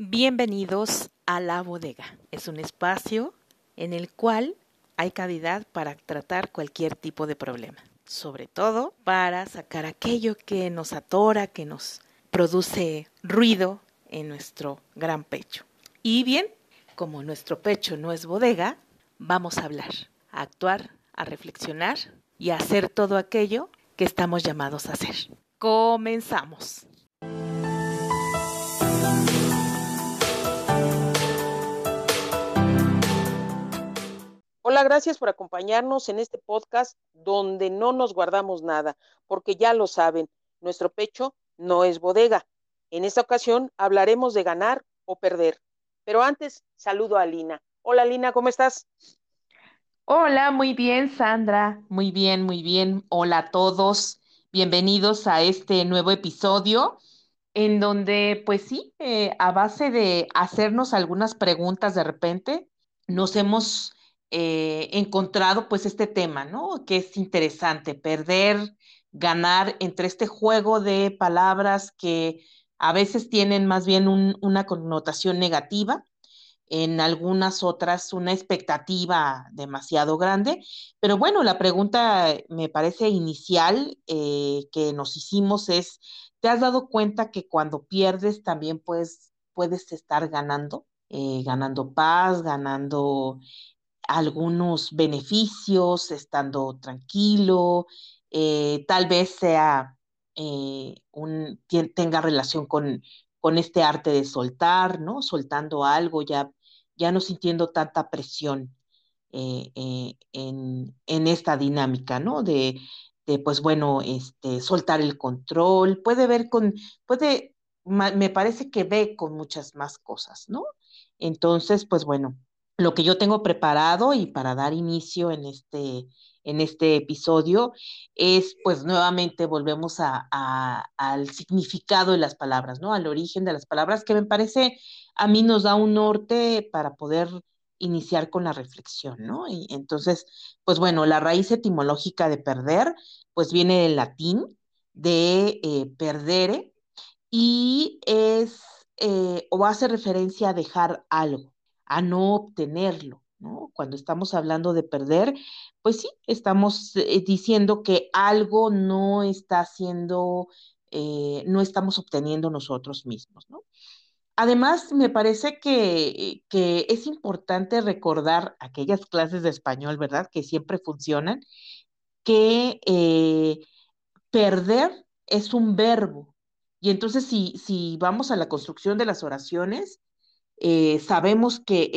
Bienvenidos a La Bodega. Es un espacio en el cual hay cavidad para tratar cualquier tipo de problema, sobre todo para sacar aquello que nos atora, que nos produce ruido en nuestro gran pecho. Y bien, como nuestro pecho no es bodega, vamos a hablar, a actuar, a reflexionar y a hacer todo aquello que estamos llamados a hacer. Comenzamos. Hola, gracias por acompañarnos en este podcast donde no nos guardamos nada, porque ya lo saben, nuestro pecho no es bodega. En esta ocasión hablaremos de ganar o perder. Pero antes, saludo a Lina. Hola, Lina, ¿cómo estás? Hola, muy bien, Sandra. Muy bien, muy bien. Hola a todos. Bienvenidos a este nuevo episodio en donde, pues sí, a base de hacernos algunas preguntas de repente, nos hemos encontrado pues este tema, ¿no? Que es interesante, perder, ganar entre este juego de palabras que a veces tienen más bien una connotación negativa, en algunas otras una expectativa demasiado grande, pero bueno, la pregunta me parece inicial que nos hicimos es, ¿te has dado cuenta que cuando pierdes también puedes estar ganando? Ganando paz, ganando algunos beneficios, estando tranquilo, tal vez sea tenga relación con este arte de soltar, ¿no? Soltando algo, ya no sintiendo tanta presión en esta dinámica, ¿no? Pues bueno, soltar el control, me parece que ve con muchas más cosas, ¿no? Entonces, pues bueno, lo que yo tengo preparado y para dar inicio en este episodio es, pues nuevamente volvemos al significado de las palabras, ¿no? Al origen de las palabras, que me parece a mí nos da un norte para poder iniciar con la reflexión, ¿no? Y entonces, pues bueno, la raíz etimológica de perder, pues viene del latín, de perdere, y o hace referencia a dejar algo, a no obtenerlo, ¿no? Cuando estamos hablando de perder, pues sí, estamos diciendo que algo no está siendo, no estamos obteniendo nosotros mismos, ¿no? Además, me parece que es importante recordar aquellas clases de español, ¿verdad? Que siempre funcionan, que perder es un verbo. Y entonces, si vamos a la construcción de las oraciones, sabemos que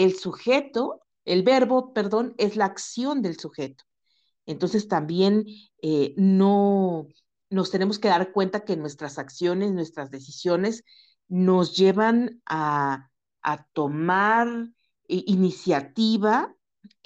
el verbo, perdón, es la acción del sujeto. Entonces, también no nos tenemos que dar cuenta que nuestras acciones, nuestras decisiones nos llevan a tomar iniciativa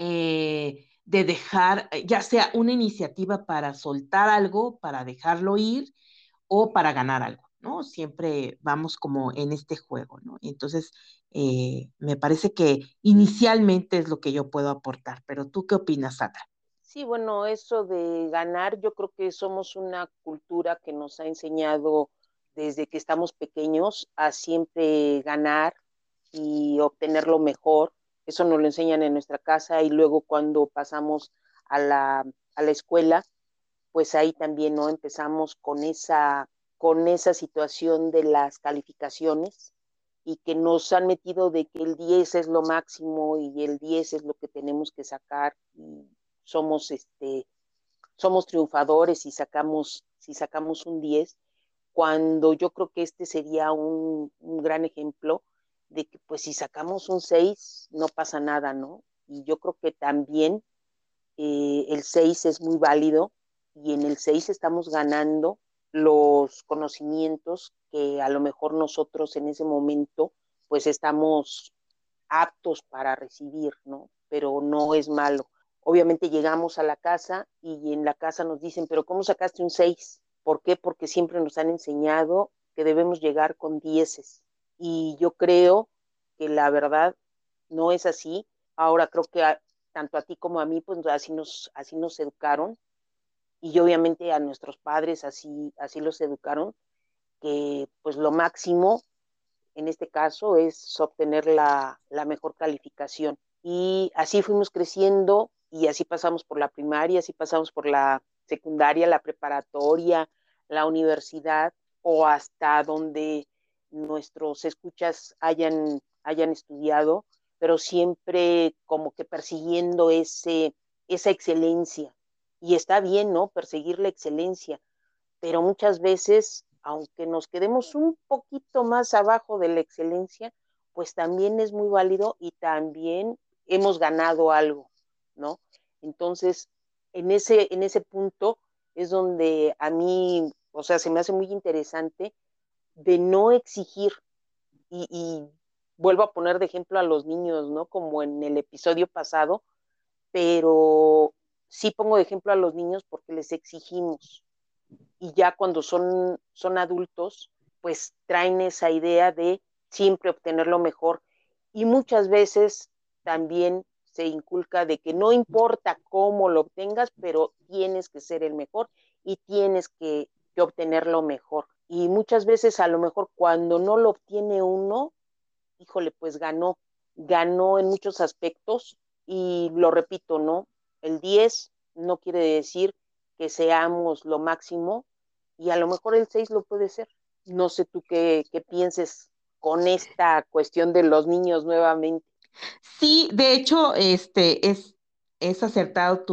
de dejar, ya sea una iniciativa para soltar algo, para dejarlo ir o para ganar algo, ¿no? Siempre vamos como en este juego, ¿no? Entonces, me parece que inicialmente es lo que yo puedo aportar, pero ¿tú qué opinas, Sandra? Sí, bueno, eso de ganar, yo creo que somos una cultura que nos ha enseñado desde que estamos pequeños a siempre ganar y obtener lo mejor. Eso nos lo enseñan en nuestra casa y luego cuando pasamos a la escuela, pues ahí también no empezamos con esa situación de las calificaciones y que nos han metido de que el 10 es lo máximo y el 10 es lo que tenemos que sacar y somos somos triunfadores si sacamos un 10 cuando yo creo que este sería un gran ejemplo de que pues si sacamos un 6 no pasa nada, ¿no? Y yo creo que también el 6 es muy válido y en el 6 estamos ganando los conocimientos que a lo mejor nosotros en ese momento pues estamos aptos para recibir, ¿no? Pero no es malo. Obviamente llegamos a la casa y en la casa nos dicen, pero ¿cómo sacaste un 6? ¿Por qué? Porque siempre nos han enseñado que debemos llegar con dieces. Y yo creo que la verdad no es así. Ahora creo que tanto a ti como a mí, pues así nos educaron y obviamente a nuestros padres así los educaron, que pues lo máximo en este caso es obtener la mejor calificación. Y así fuimos creciendo y así pasamos por la primaria, así pasamos por la secundaria, la preparatoria, la universidad o hasta donde nuestros escuchas hayan estudiado, pero siempre como que persiguiendo esa excelencia. Y está bien, ¿no? Perseguir la excelencia, pero muchas veces, aunque nos quedemos un poquito más abajo de la excelencia, pues también es muy válido y también hemos ganado algo, ¿no? Entonces, en ese punto es donde a mí, o sea, se me hace muy interesante de no exigir y vuelvo a poner de ejemplo a los niños, ¿no? Como en el episodio pasado, pero sí pongo de ejemplo a los niños porque les exigimos y ya cuando son adultos, pues traen esa idea de siempre obtener lo mejor y muchas veces también se inculca de que no importa cómo lo obtengas, pero tienes que ser el mejor y tienes que obtener lo mejor. Y muchas veces a lo mejor cuando no lo obtiene uno, híjole, pues ganó en muchos aspectos y lo repito, ¿no? El 10 no quiere decir que seamos lo máximo y a lo mejor el 6 lo puede ser. No sé tú qué pienses con esta cuestión de los niños nuevamente. Sí, de hecho, es acertado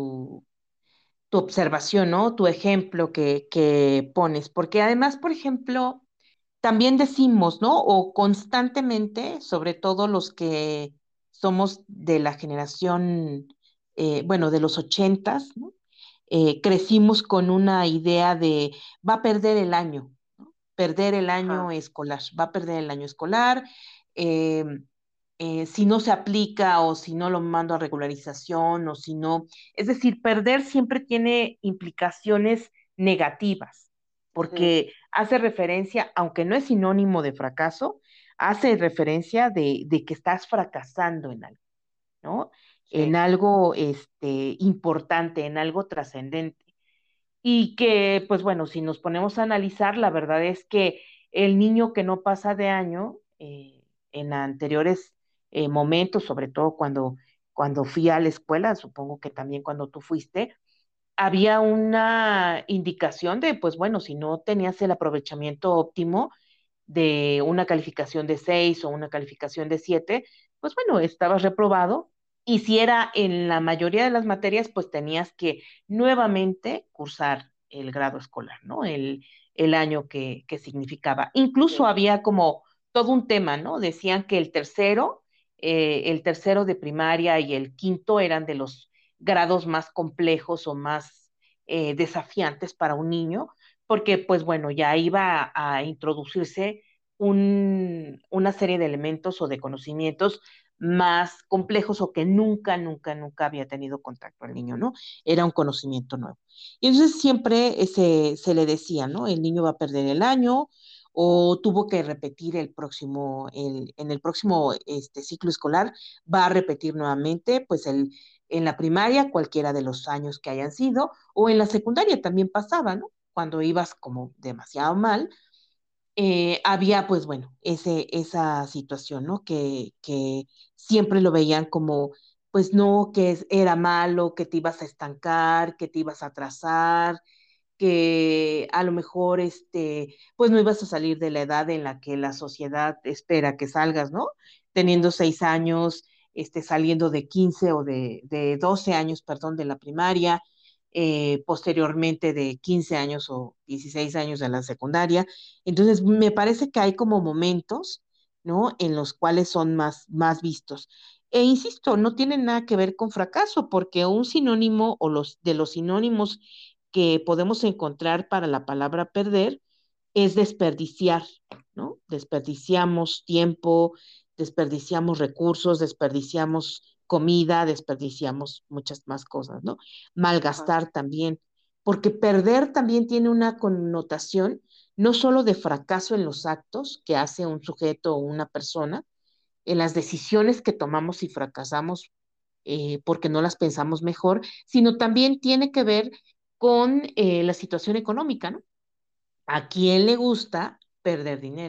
tu observación, ¿no? Tu ejemplo que pones, porque además, por ejemplo, también decimos, ¿no? O constantemente, sobre todo los que somos de la generación, bueno, de los ochentas, ¿no? Crecimos con una idea de va a perder el año, ¿no? Perder el año Ajá. escolar, va a perder el año escolar, eh, si no se aplica o si no lo mando a regularización o si no, es decir, perder siempre tiene implicaciones negativas, Ujú. porque hace referencia, aunque no es sinónimo de fracaso, hace referencia de que estás fracasando en algo, ¿no? En Sí. algo importante, en algo trascendente. Y que, pues bueno, si nos ponemos a analizar, la verdad es que el niño que no pasa de año, en anteriores momentos, sobre todo cuando fui a la escuela, supongo que también cuando tú fuiste, había una indicación de, pues bueno, si no tenías el aprovechamiento óptimo de una calificación de 6 o una calificación de 7, pues bueno, estabas reprobado. Y si era en la mayoría de las materias, pues tenías que nuevamente cursar el grado escolar, ¿no? El año que significaba. Incluso Sí. había como todo un tema, ¿no? Decían que el tercero de primaria y el quinto eran de los grados más complejos o más desafiantes para un niño, porque pues bueno, ya iba a introducirse una serie de elementos o de conocimientos más complejos o que nunca había tenido contacto al niño, ¿no? Era un conocimiento nuevo. Y entonces siempre se le decía, ¿no? El niño va a perder el año o tuvo que repetir en el próximo ciclo escolar, va a repetir nuevamente, pues en la primaria, cualquiera de los años que hayan sido, o en la secundaria también pasaba, ¿no? Cuando ibas como demasiado mal, había pues bueno, esa situación, ¿no? Que siempre lo veían como, pues no, era malo, que te ibas a estancar, que te ibas a atrasar, que a lo mejor pues no ibas a salir de la edad en la que la sociedad espera que salgas, ¿no? Teniendo Ujú. 6 años, saliendo de 15 o de 12 años, perdón, de la primaria, posteriormente de 15 años o 16 años de la secundaria. Entonces, me parece que hay como momentos, ¿no? En los cuales son más vistos. E insisto, no tiene nada que ver con fracaso, porque un sinónimo o de los sinónimos que podemos encontrar para la palabra perder es desperdiciar, ¿no? Desperdiciamos tiempo, desperdiciamos recursos, desperdiciamos comida, desperdiciamos muchas más cosas, ¿no? Ajá. Malgastar también, porque perder también tiene una connotación no solo de fracaso en los actos que hace un sujeto o una persona, en las decisiones que tomamos y fracasamos porque no las pensamos mejor, sino también tiene que ver con la situación económica, ¿no? ¿A quién le gusta perder dinero?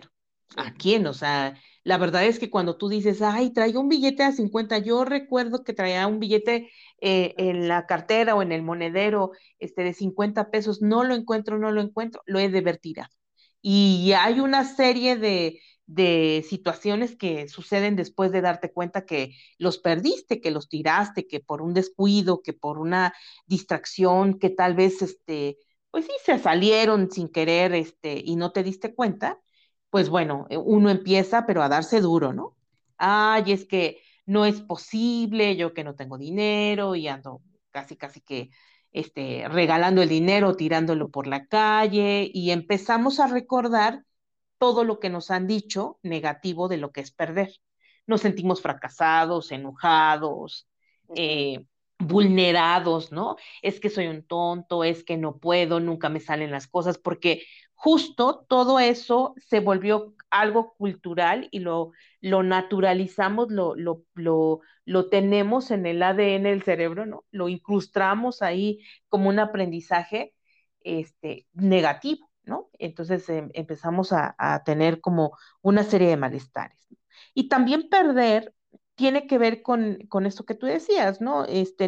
sí. ¿A quién? O sea, la verdad es que cuando tú dices, ay, traigo un billete a 50, yo recuerdo que traía un billete en la cartera o en el monedero de 50 pesos, no lo encuentro, no lo encuentro, lo he de ver tirado. Y hay una serie de situaciones que suceden después de darte cuenta que los perdiste, que los tiraste, que por un descuido, que por una distracción, que tal vez, pues sí, se salieron sin querer, y no te diste cuenta, pues bueno, uno empieza, pero a darse duro, ¿no? Ay, es que no es posible, yo que no tengo dinero y ando casi, casi que regalando el dinero, tirándolo por la calle y empezamos a recordar todo lo que nos han dicho negativo de lo que es perder. Nos sentimos fracasados, enojados, Ujú. eh, vulnerados, ¿no? Es que soy un tonto, es que no puedo, nunca me salen las cosas, porque justo todo eso se volvió algo cultural y lo naturalizamos, lo tenemos en el ADN del cerebro, ¿no? Lo incrustamos ahí como un aprendizaje negativo, ¿no? Entonces empezamos a tener como una serie de malestares. ¿No? Y también perder tiene que ver con esto que tú decías, ¿no?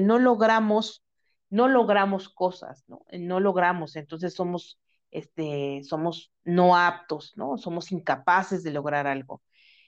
No logramos cosas, ¿no? No logramos, entonces somos no aptos, ¿no? Somos incapaces de lograr algo.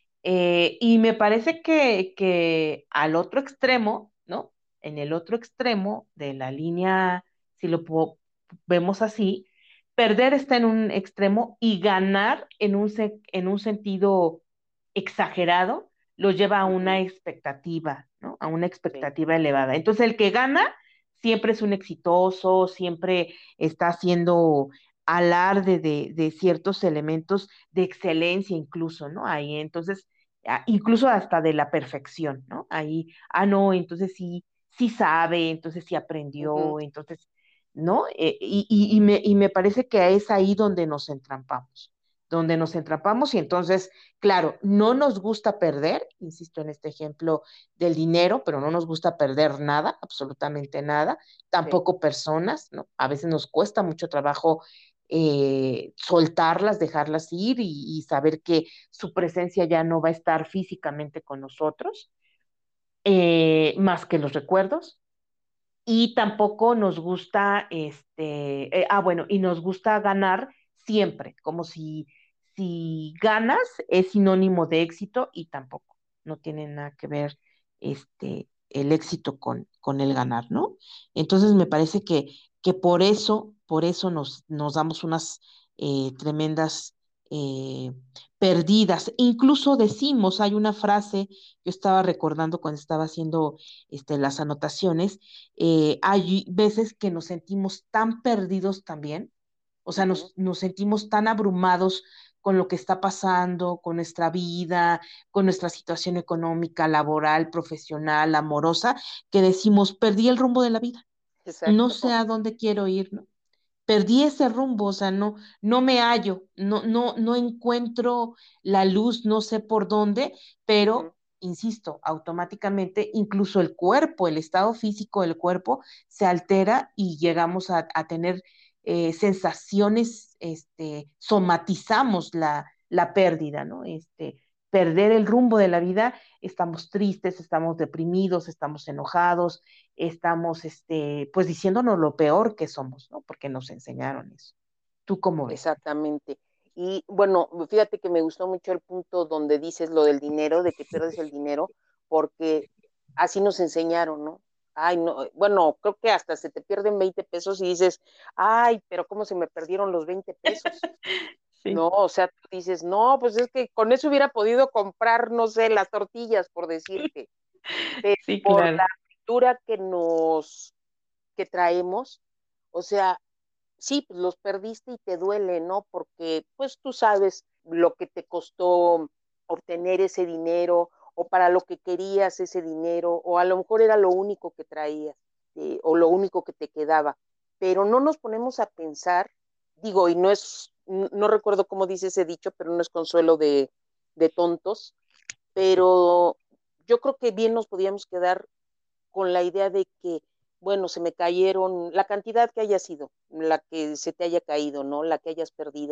Y me parece que al otro extremo, ¿no? En el otro extremo de la línea, si vemos así, perder está en un extremo y ganar en un sentido exagerado lo lleva a una Ujú. expectativa, ¿no? A una Sí. expectativa elevada. Entonces, el que gana siempre es un exitoso, siempre está haciendo alarde de ciertos elementos de excelencia incluso, ¿no? Ahí, entonces, incluso hasta de la perfección, ¿no? Ahí, no, entonces sí, sí sabe, entonces sí Ujú. aprendió, entonces, ¿no? Y me parece que es ahí donde nos entrampamos y entonces, claro, no nos gusta perder, insisto en este ejemplo del dinero, pero no nos gusta perder nada, absolutamente nada, Sí. tampoco personas, ¿no? A veces nos cuesta mucho trabajo soltarlas, dejarlas ir y saber que su presencia ya no va a estar físicamente con nosotros, más que los recuerdos. Y tampoco nos gusta, bueno, y nos gusta ganar siempre, como si ganas es sinónimo de éxito y tampoco, no tiene nada que ver el éxito con el ganar, ¿no? Entonces me parece que por eso nos damos unas tremendas eh, perdidas. Incluso decimos, hay una frase, yo estaba recordando cuando estaba haciendo las anotaciones, hay veces que nos sentimos tan perdidos también, o sea, Ujú. nos sentimos tan abrumados con lo que está pasando, con nuestra vida, con nuestra situación económica, laboral, profesional, amorosa, que decimos, perdí el rumbo de la vida, no sé Exacto. a dónde quiero ir, ¿no? Perdí ese rumbo, o sea, no me hallo, no encuentro la luz, no sé por dónde, Ujú. pero insisto, automáticamente incluso el cuerpo, el estado físico del cuerpo se altera y llegamos a tener sensaciones, somatizamos la pérdida, ¿no? Perder el rumbo de la vida, estamos tristes, estamos deprimidos, estamos enojados, estamos, pues diciéndonos lo peor que somos, ¿no? Porque nos enseñaron eso. ¿Tú cómo ves? Exactamente. Y bueno, fíjate que me gustó mucho el punto donde dices lo del dinero, de que pierdes el dinero, porque así nos enseñaron, ¿no? Ay, no, bueno, creo que hasta se te pierden 20 pesos y dices, ay, pero ¿cómo se me perdieron los 20 pesos? Sí, No, o sea, tú dices, no, pues es que con eso hubiera podido comprar, no sé, las tortillas, por decirte, pero sí, por la claro. cultura que traemos, o sea, sí, pues los perdiste y te duele, ¿no? Porque pues tú sabes lo que te costó obtener ese dinero o para lo que querías ese dinero o a lo mejor era lo único que traías o lo único que te quedaba, pero no nos ponemos a pensar, digo, y no es, no recuerdo cómo dice ese dicho, pero no es consuelo de tontos, pero yo creo que bien nos podíamos quedar con la idea de que, bueno, se me cayeron, la cantidad que haya sido, la que se te haya caído, ¿no? La que hayas perdido.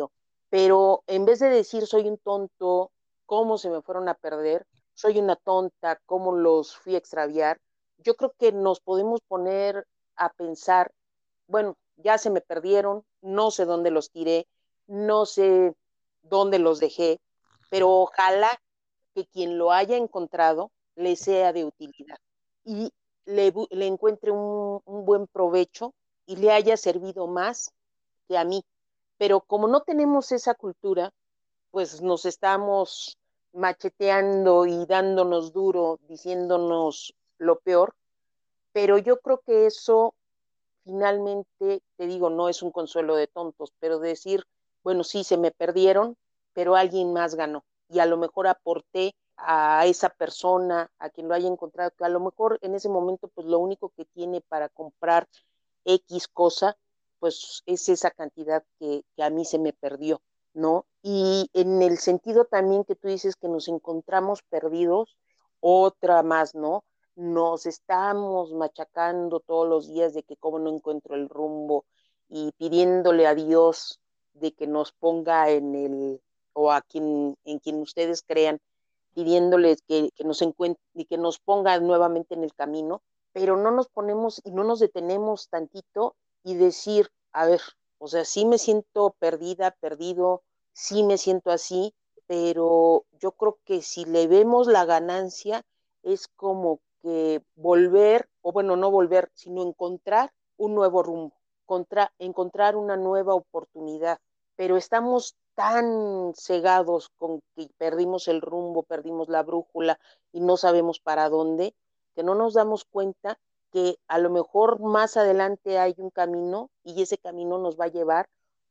pero en vez de decir soy un tonto, cómo se me fueron a perder, soy una tonta, cómo los fui a extraviar, yo creo que nos podemos poner a pensar, bueno, ya se me perdieron, no sé dónde los tiré, no sé dónde los dejé, pero ojalá que quien lo haya encontrado le sea de utilidad y le encuentre un buen provecho y le haya servido más que a mí. Pero como no tenemos esa cultura, pues nos estamos macheteando y dándonos duro, diciéndonos lo peor, pero yo creo que eso finalmente, te digo, no es un consuelo de tontos, pero decir, bueno, sí, se me perdieron, pero alguien más ganó y a lo mejor aporté a esa persona, a quien lo haya encontrado, que a lo mejor en ese momento, pues lo único que tiene para comprar X cosa, pues es esa cantidad que a mí se me perdió, ¿no? Y en el sentido también que tú dices que nos encontramos perdidos, otra más, ¿no? Nos estamos machacando todos los días de que cómo no encuentro el rumbo y pidiéndole a Dios de que nos ponga en el, o a quien, en quien ustedes crean, pidiéndoles que nos encuentre y que nos ponga nuevamente en el camino, pero no nos ponemos y no nos detenemos tantito y decir, a ver, o sea, sí me siento perdida, perdido, sí me siento así, pero yo creo que si le vemos la ganancia es como que volver, o bueno, no volver, sino encontrar un nuevo rumbo, encontrar una nueva oportunidad, pero estamos tan cegados con que perdimos el rumbo, perdimos la brújula y no sabemos para dónde, que no nos damos cuenta que a lo mejor más adelante hay un camino y ese camino nos va a llevar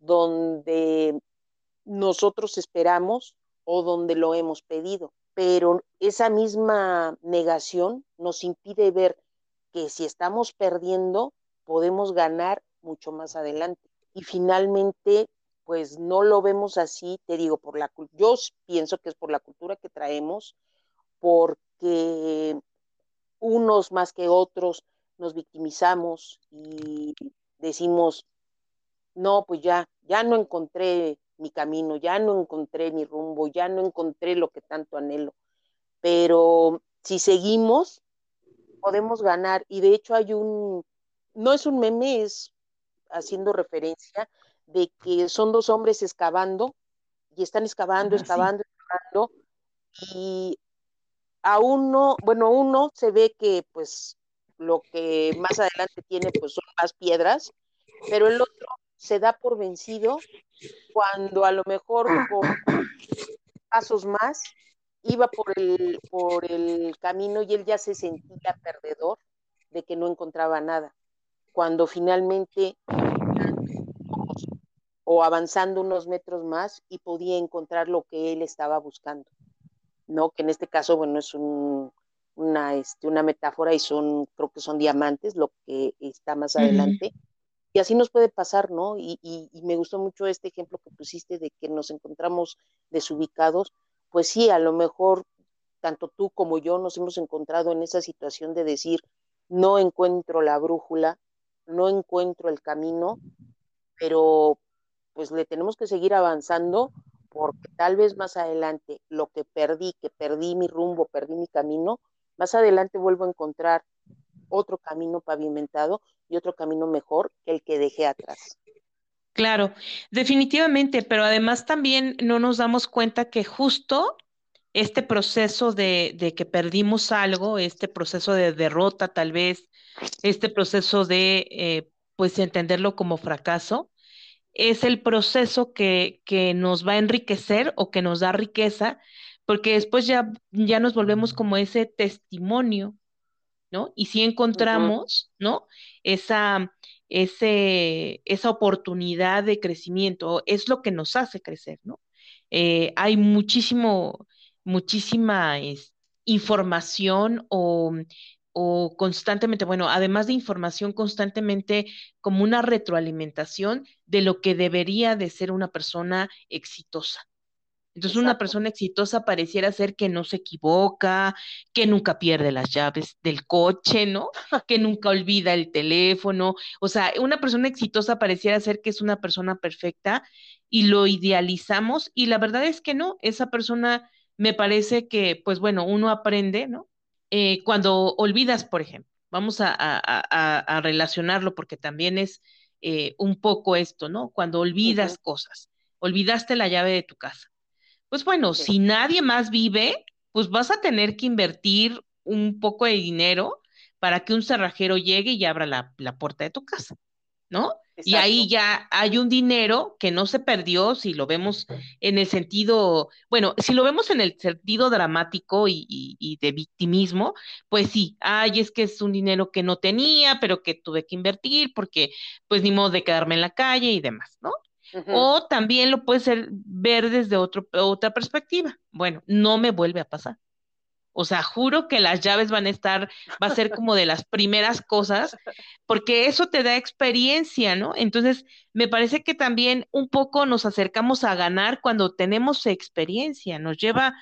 donde nosotros esperamos o donde lo hemos pedido. Pero esa misma negación nos impide ver que si estamos perdiendo, podemos ganar mucho más adelante. Y finalmente, pues no lo vemos así, te digo, yo pienso que es por la cultura que traemos, porque unos más que otros nos victimizamos y decimos, no, pues ya no encontré mi camino, ya no encontré mi rumbo, ya no encontré lo que tanto anhelo. Pero si seguimos, podemos ganar. Y de hecho no es un meme, es haciendo referencia de que son dos hombres excavando y están excavando, Ajá, sí. excavando, excavando. Y a uno, bueno, uno se ve que pues lo que más adelante tiene pues son más piedras, pero el otro se da por vencido cuando a lo mejor con pasos más iba por el camino y él ya se sentía perdedor de que no encontraba nada, cuando finalmente iba o avanzando unos metros más y podía encontrar lo que él estaba buscando, ¿no? Que en este caso, bueno, es una metáfora y creo que son diamantes, lo que está más Ujú. adelante. Y así nos puede pasar, ¿no? Y me gustó mucho este ejemplo que pusiste de que nos encontramos desubicados. Pues sí, a lo mejor tanto tú como yo nos hemos encontrado en esa situación de decir, no encuentro la brújula, no encuentro el camino, pero pues le tenemos que seguir avanzando porque tal vez más adelante lo que perdí mi rumbo, perdí mi camino, más adelante vuelvo a encontrar otro camino pavimentado y otro camino mejor que el que dejé atrás. Claro, definitivamente, pero además también no nos damos cuenta que justo este proceso de que perdimos algo, este proceso de derrota tal vez, este proceso de pues entenderlo como fracaso, es el proceso que nos va a enriquecer o que nos da riqueza, porque después ya nos volvemos como ese testimonio, ¿no? Y si Ujú. encontramos, ¿no? Esa, esa oportunidad de crecimiento, es lo que nos hace crecer, ¿no? Hay muchísima información o constantemente, bueno, además de información, constantemente como una retroalimentación de lo que debería de ser una persona exitosa. Entonces, una Exacto. persona exitosa pareciera ser que no se equivoca, que nunca pierde las llaves del coche, ¿no? Que nunca olvida el teléfono. O sea, una persona exitosa pareciera ser que es una persona perfecta y lo idealizamos y la verdad es que no, esa persona me parece que, pues bueno, uno aprende, ¿no? Cuando olvidas, por ejemplo, vamos a relacionarlo porque también es un poco esto, ¿no? Cuando olvidas Ujú, cosas, olvidaste la llave de tu casa. Pues bueno, sí, si nadie más vive, pues vas a tener que invertir un poco de dinero para que un cerrajero llegue y abra la puerta de tu casa, ¿no? Y ahí exacto. ya hay un dinero que no se perdió, si lo vemos en el sentido, bueno, si lo vemos en el sentido dramático y de victimismo, pues sí, ay, es que es un dinero que no tenía, pero que tuve que invertir porque pues ni modo de quedarme en la calle y demás, ¿no? Ujú. O también lo puedes ver desde otra perspectiva. Bueno, no me vuelve a pasar. O sea, juro que las llaves van a estar, va a ser como de las primeras cosas, porque eso te da experiencia, ¿no? Entonces, me parece que también un poco nos acercamos a ganar cuando tenemos experiencia, nos lleva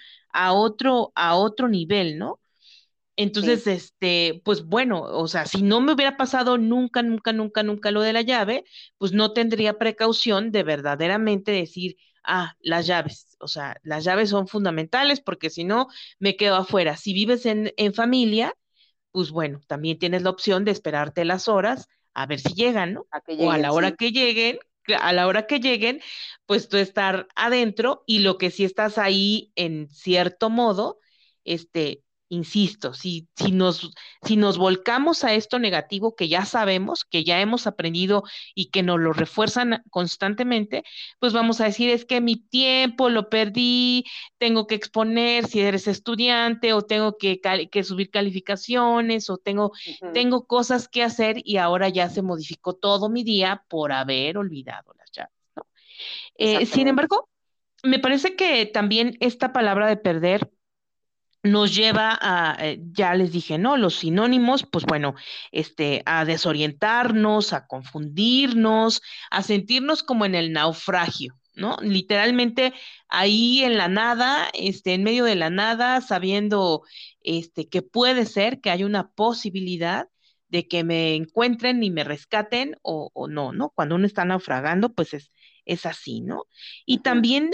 a otro nivel, ¿no? Sí, Entonces, pues bueno, o sea, si no me hubiera pasado nunca, nunca, nunca, nunca lo de la llave, pues no tendría precaución de verdaderamente decir, ah, las llaves, o sea, las llaves son fundamentales porque si no, me quedo afuera. Si vives en familia, pues bueno, también tienes la opción de esperarte las horas a ver si llegan, ¿no? a que O a lleguen, la hora sí. que lleguen, a la hora que lleguen, pues tú estar adentro y lo que sí estás ahí en cierto modo, insisto, si nos volcamos a esto negativo que ya sabemos, que ya hemos aprendido y que nos lo refuerzan constantemente, pues vamos a decir, es que mi tiempo lo perdí, tengo que exponer si eres estudiante o tengo que subir calificaciones o Ujú, tengo cosas que hacer y ahora ya se modificó todo mi día por haber olvidado las llaves, ¿no? Sin exactamente. embargo, me parece que también esta palabra de perder nos lleva ya les dije, ¿no? Los sinónimos, pues bueno, a desorientarnos, a confundirnos, a sentirnos como en el naufragio, ¿no? Literalmente ahí en la nada, en medio de la nada, sabiendo, que puede ser que hay una posibilidad de que me encuentren y me rescaten o no, ¿no? Cuando uno está naufragando, pues es así, ¿no? Y Ujú, también,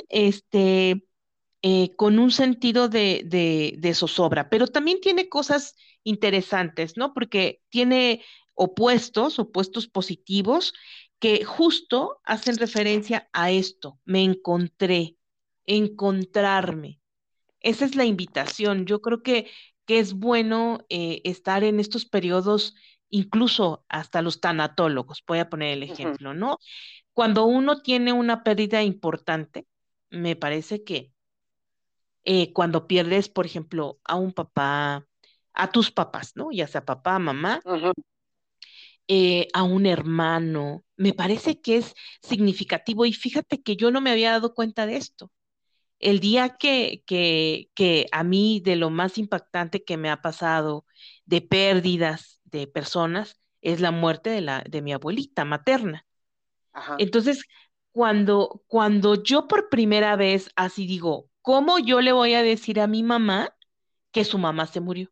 con un sentido de zozobra, pero también tiene cosas interesantes, ¿no? Porque tiene opuestos positivos, que justo hacen referencia a esto, me encontré, encontrarme. Esa es la invitación. Yo creo que es bueno estar en estos periodos, incluso hasta los tanatólogos, voy a poner el ujú. ejemplo, ¿no? Cuando uno tiene una pérdida importante, me parece que cuando pierdes, por ejemplo, a un papá, a tus papás, ¿no? Ya sea papá, mamá, Ujú, a un hermano, me parece que es significativo y fíjate que yo no me había dado cuenta de esto. El día que a mí de lo más impactante que me ha pasado de pérdidas de personas es la muerte de mi abuelita materna. ajá, Entonces, cuando yo por primera vez así digo, ¿cómo yo le voy a decir a mi mamá que su mamá se murió?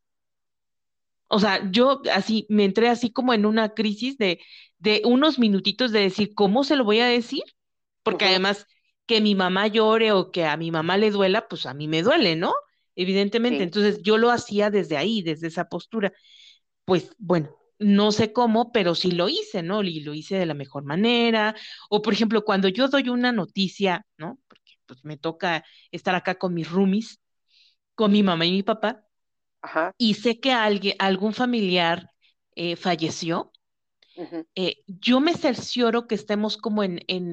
O sea, yo así me entré así como en una crisis de unos minutitos de decir, ¿cómo se lo voy a decir? Porque ujú, además que mi mamá llore o que a mi mamá le duela, pues a mí me duele, ¿no? Evidentemente. sí, Entonces yo lo hacía desde ahí, desde esa postura. Pues bueno, no sé cómo, pero sí lo hice, ¿no? Y lo hice de la mejor manera. O por ejemplo, cuando yo doy una noticia, ¿no? Porque pues me toca estar acá con mis roomies, con mi mamá y mi papá ajá, y sé que algún familiar falleció, ujú, yo me cercioro que estemos como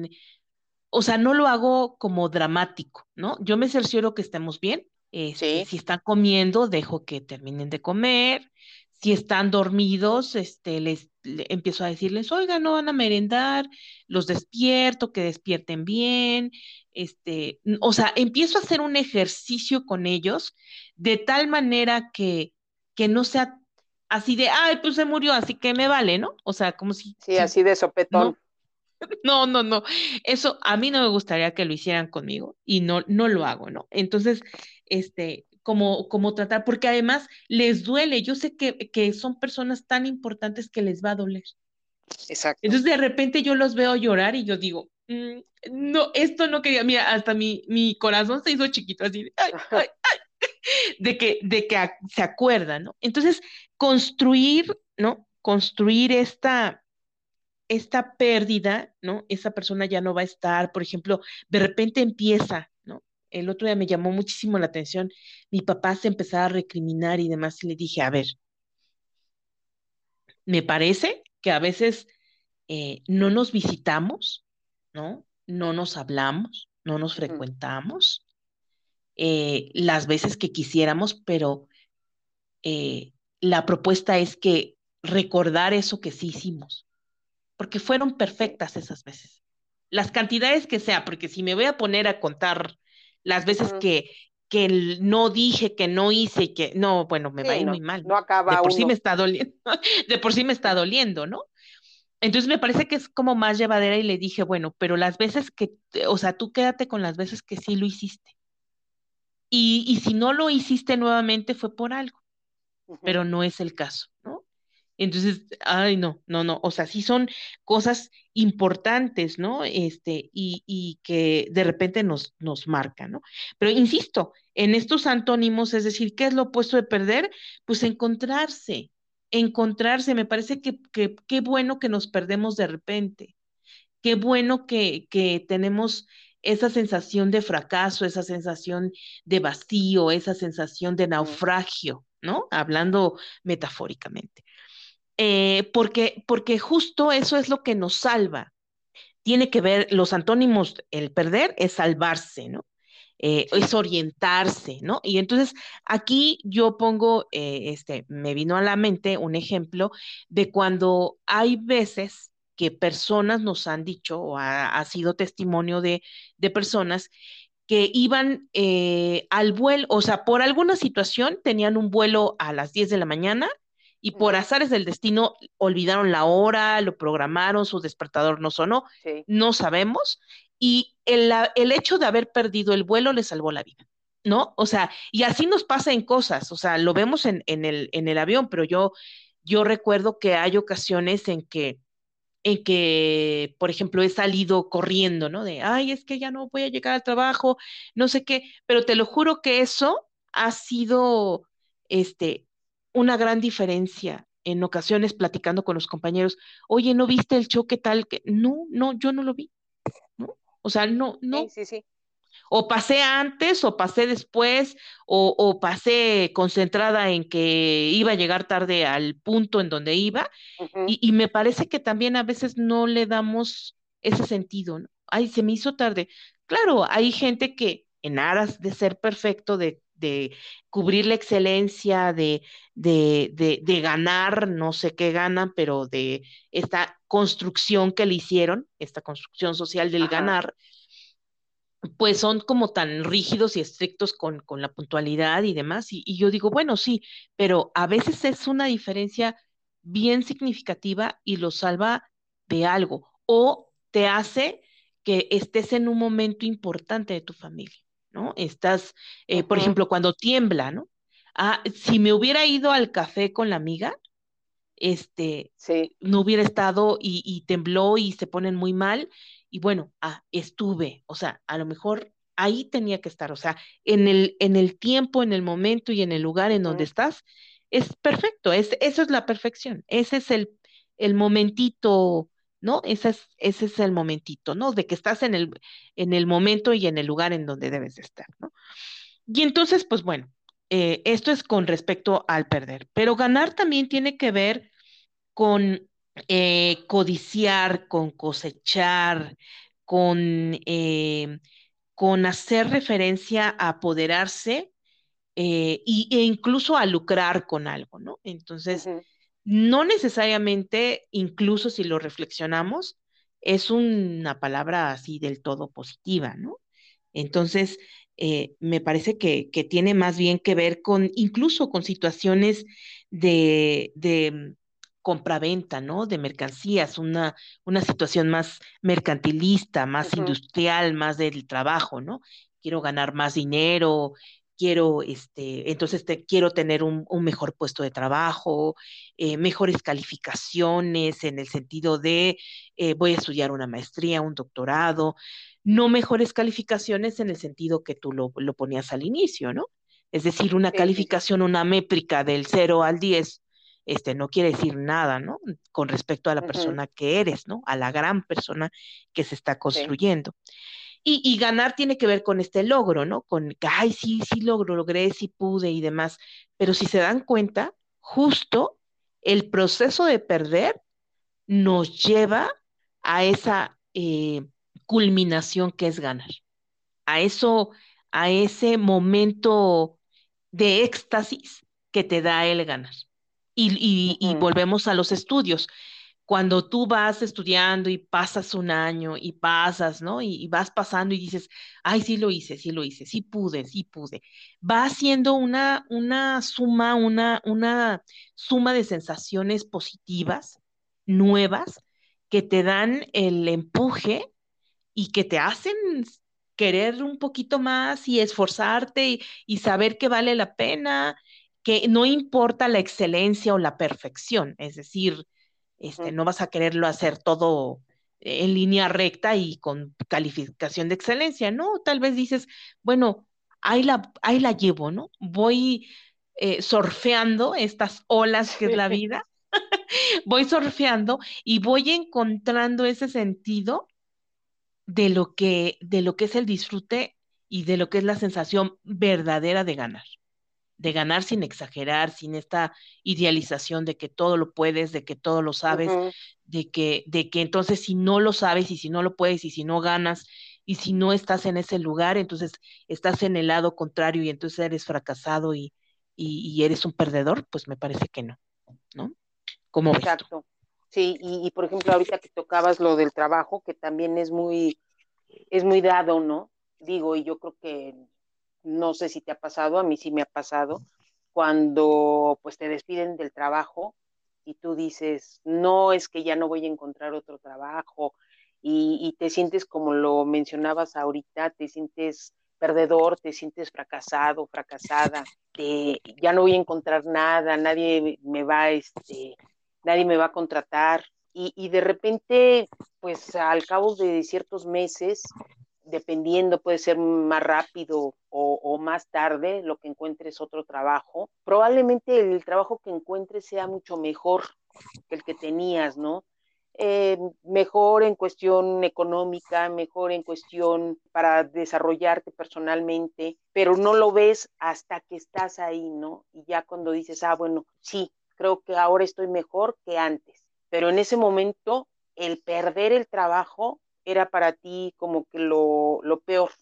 o sea, no lo hago como dramático, ¿no? Yo me cercioro que estemos bien. sí, Si están comiendo, dejo que terminen de comer. Si están dormidos, empiezo a decirles, oiga, no van a merendar, los despierto, que despierten bien. O sea, empiezo a hacer un ejercicio con ellos de tal manera que no sea así de, ay, pues se murió, así que me vale, ¿no? O sea, como sí, si así de sopetón. no, no, no, no. Eso a mí no me gustaría que lo hicieran conmigo y no, no lo hago, ¿no? Entonces, como tratar, porque además les duele. Yo sé que son personas tan importantes que les va a doler. Exacto. Entonces, de repente yo los veo llorar y yo digo, no, esto no quería, mira, hasta mi corazón se hizo chiquito, así, ay, ay, de que se acuerda, ¿no? Entonces, construir, ¿no? Construir esta pérdida, ¿no? Esa persona ya no va a estar, por ejemplo, de repente empieza, ¿no? El otro día me llamó muchísimo la atención, mi papá se empezaba a recriminar y demás, y le dije, a ver, me parece que a veces no nos visitamos, ¿no? No nos hablamos, no nos frecuentamos las veces que quisiéramos, pero eh, la propuesta es que recordar eso que sí hicimos, porque fueron Sí. perfectas esas veces. Las cantidades que sea, porque si me voy a poner a contar las veces Ujú. que no dije, que no hice, y que no, bueno, me va a Sí, ir muy no, mal, no ¿no? De acaba por sí me uno. está doliendo, de por sí me está doliendo, ¿no? Entonces me parece que es como más llevadera y le dije, bueno, pero las veces o sea, tú quédate con las veces que sí lo hiciste. Y si no lo hiciste nuevamente fue por algo, Ujú. pero no es el caso, ¿no? Entonces, ay, no, no, no, o sea, sí son cosas importantes, ¿no? Y que de repente nos marcan, ¿no? Pero insisto, en estos antónimos, es decir, ¿qué es lo opuesto de perder? Pues encontrarse, me parece que qué bueno que nos perdemos de repente, qué bueno que tenemos esa sensación de fracaso, esa sensación de vacío, esa sensación de Ujú. naufragio, ¿no? Hablando metafóricamente. Porque justo eso es lo que nos salva. Tiene que ver, los antónimos, el perder es salvarse, ¿no? Es Sí. orientarse, ¿no? Y entonces aquí yo pongo, me vino a la mente un ejemplo de cuando hay veces que personas nos han dicho o ha sido testimonio de personas que iban al vuelo, o sea, por alguna situación tenían un vuelo a las 10 de la mañana y por Ujú. azares del destino olvidaron la hora, lo programaron, su despertador no sonó, Sí. no sabemos, y el hecho de haber perdido el vuelo le salvó la vida, ¿no? O sea, y así nos pasa en cosas, o sea, lo vemos en el avión, pero yo recuerdo que hay ocasiones en que, por ejemplo, he salido corriendo, ¿no? De, ay, es que ya no voy a llegar al trabajo, no sé qué, pero te lo juro que eso ha sido, este, una gran diferencia en ocasiones platicando con los compañeros. Oye, ¿no viste el choque tal que? No, no, yo no lo vi, ¿no? O sea, no, Sí, no, sí, sí. o pasé antes o pasé después o pasé concentrada en que iba a llegar tarde al punto en donde iba Ujú. y me parece que también a veces no le damos ese sentido, ¿no? Ay, se me hizo tarde. Claro, hay gente que en aras de ser perfecto, de cubrir la excelencia, de ganar, no sé qué ganan, pero de esta construcción que le hicieron, esta construcción social del Ajá. ganar, pues son como tan rígidos y estrictos con la puntualidad y demás. Y yo digo, bueno, sí, pero a veces es una diferencia bien significativa y lo salva de algo o te hace que estés en un momento importante de tu familia, ¿no? Estás, por Ujú. ejemplo, cuando tiembla, ¿no? Ah, si me hubiera ido al café con la amiga, este, Sí. no hubiera estado y tembló y se ponen muy mal. Y bueno, estuve, o sea, a lo mejor ahí tenía que estar, o sea, en el tiempo, en el momento y en el lugar en donde Ujú. estás, es perfecto, eso es la perfección, ese es el momentito, ¿no? Ese es el momentito, ¿no? De que estás en el momento y en el lugar en donde debes de estar, ¿no? Y entonces, pues bueno, esto es con respecto al perder, pero ganar también tiene que ver con codiciar, con cosechar, con, eh, con hacer referencia a apoderarse e incluso a lucrar con algo, ¿no? Entonces, Ujú. no necesariamente, incluso si lo reflexionamos, es una palabra así del todo positiva, ¿no? Entonces, me parece que tiene más bien que ver incluso con situaciones de compraventa, ¿no? De mercancías, una situación más mercantilista, más Ujú. industrial, más del trabajo, ¿no? Quiero ganar más dinero, quiero, entonces quiero tener un mejor puesto de trabajo, mejores calificaciones en el sentido de voy a estudiar una maestría, un doctorado, no mejores calificaciones en el sentido que tú lo ponías al inicio, ¿no? Es decir, una Sí, sí, sí. calificación, una métrica del 0 al 10, no quiere decir nada, ¿no? Con respecto a la Ujú, persona que eres, ¿no? A la gran persona que se está sí. construyendo. Y ganar tiene que ver con este logro, ¿no? Con que, ay, sí, sí logré, sí pude y demás. Pero si se dan cuenta, justo el proceso de perder nos lleva a esa culminación que es ganar, a eso, a ese momento de éxtasis que te da el ganar. Y Ujú, volvemos a los estudios. Cuando tú vas estudiando y pasas un año y pasas, ¿no? Y vas pasando y dices, ay, sí lo hice, sí pude. Va haciendo una suma de sensaciones positivas, nuevas, que te dan el empuje y que te hacen querer un poquito más y esforzarte y saber que vale la pena, que no importa la excelencia o la perfección, es decir, ujú. no vas a quererlo hacer todo en línea recta y con calificación de excelencia, ¿no? Tal vez dices, bueno, ahí la llevo, ¿no? Voy surfeando estas olas que es la Sí. vida, voy surfeando y voy encontrando ese sentido de lo que es el disfrute y de lo que es la sensación verdadera de ganar sin exagerar, sin esta idealización de que todo lo puedes, de que todo lo sabes, Ujú. de que entonces si no lo sabes y si no lo puedes y si no ganas y si no estás en ese lugar, entonces estás en el lado contrario y entonces eres fracasado y eres un perdedor, pues me parece que no, ¿no? ¿Cómo ves tú? Exacto. Sí, y por ejemplo, ahorita que tocabas lo del trabajo, que también es muy dado, ¿no? Digo, y yo creo que no sé si te ha pasado, a mí sí me ha pasado, cuando pues te despiden del trabajo y tú dices, no, es que ya no voy a encontrar otro trabajo y te sientes como lo mencionabas ahorita, te sientes perdedor, te sientes fracasado, fracasada, ya no voy a encontrar nada, nadie me va a contratar y de repente, pues al cabo de ciertos meses, dependiendo, puede ser más rápido o más tarde lo que encuentres otro trabajo. Probablemente el trabajo que encuentres sea mucho mejor que el que tenías, ¿no? Mejor en cuestión económica, mejor en cuestión para desarrollarte personalmente, pero no lo ves hasta que estás ahí, ¿no? Y ya cuando dices, ah, bueno, sí, creo que ahora estoy mejor que antes, pero en ese momento el perder el trabajo era para ti como que lo peor.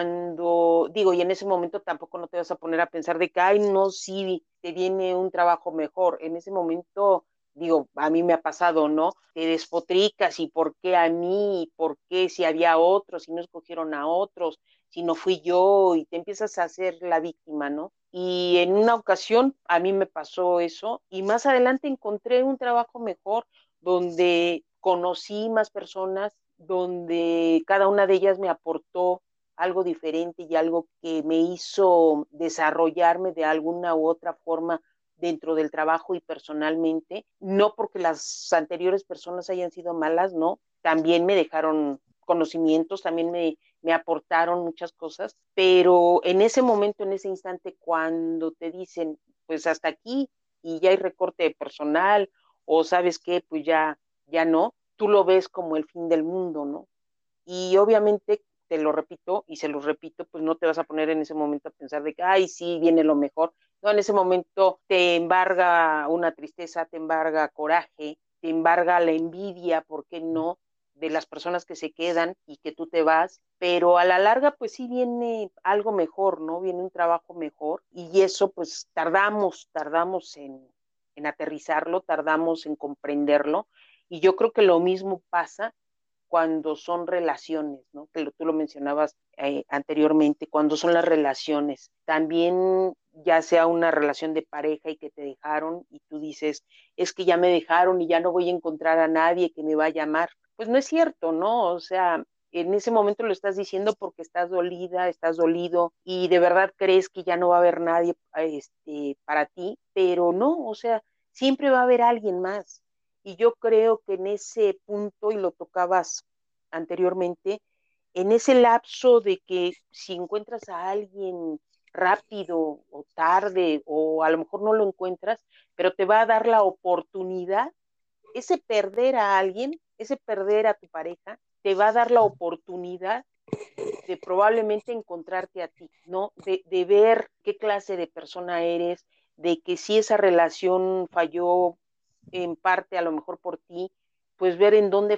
Cuando digo, y en ese momento tampoco no te vas a poner a pensar de que, ay, no, sí, te viene un trabajo mejor. En ese momento, digo, a mí me ha pasado, ¿no? Te despotricas y por qué a mí, y por qué si había otros, si no escogieron a otros, si no fui yo, y te empiezas a hacer la víctima, ¿no? Y en una ocasión a mí me pasó eso y más adelante encontré un trabajo mejor donde conocí más personas, donde cada una de ellas me aportó algo diferente y algo que me hizo desarrollarme de alguna u otra forma dentro del trabajo y personalmente, no porque las anteriores personas hayan sido malas, no, también me dejaron conocimientos, también me aportaron muchas cosas, pero en ese momento, en ese instante, cuando te dicen, pues hasta aquí y ya hay recorte de personal o sabes qué, pues ya no, tú lo ves como el fin del mundo, ¿no? Y obviamente, te lo repito y se lo repito, pues no te vas a poner en ese momento a pensar de que, ay, sí, viene lo mejor. No, en ese momento te embarga una tristeza, te embarga coraje, te embarga la envidia, ¿por qué no? De las personas que se quedan y que tú te vas, pero a la larga pues sí viene algo mejor, ¿no? Viene un trabajo mejor y eso pues tardamos en aterrizarlo, tardamos en comprenderlo y yo creo que lo mismo pasa cuando son relaciones, ¿no? Que tú lo mencionabas anteriormente, cuando son las relaciones. También ya sea una relación de pareja y que te dejaron y tú dices, es que ya me dejaron y ya no voy a encontrar a nadie que me va a llamar. Pues no es cierto, ¿no? O sea, en ese momento lo estás diciendo porque estás dolida, estás dolido y de verdad crees que ya no va a haber nadie para ti, pero no, o sea, siempre va a haber alguien más. Y yo creo que en ese punto, y lo tocabas anteriormente, en ese lapso de que si encuentras a alguien rápido o tarde, o a lo mejor no lo encuentras, pero te va a dar la oportunidad, ese perder a alguien, ese perder a tu pareja, te va a dar la oportunidad de probablemente encontrarte a ti, ¿no? De ver qué clase de persona eres, de que si esa relación falló en parte a lo mejor por ti, pues ver en dónde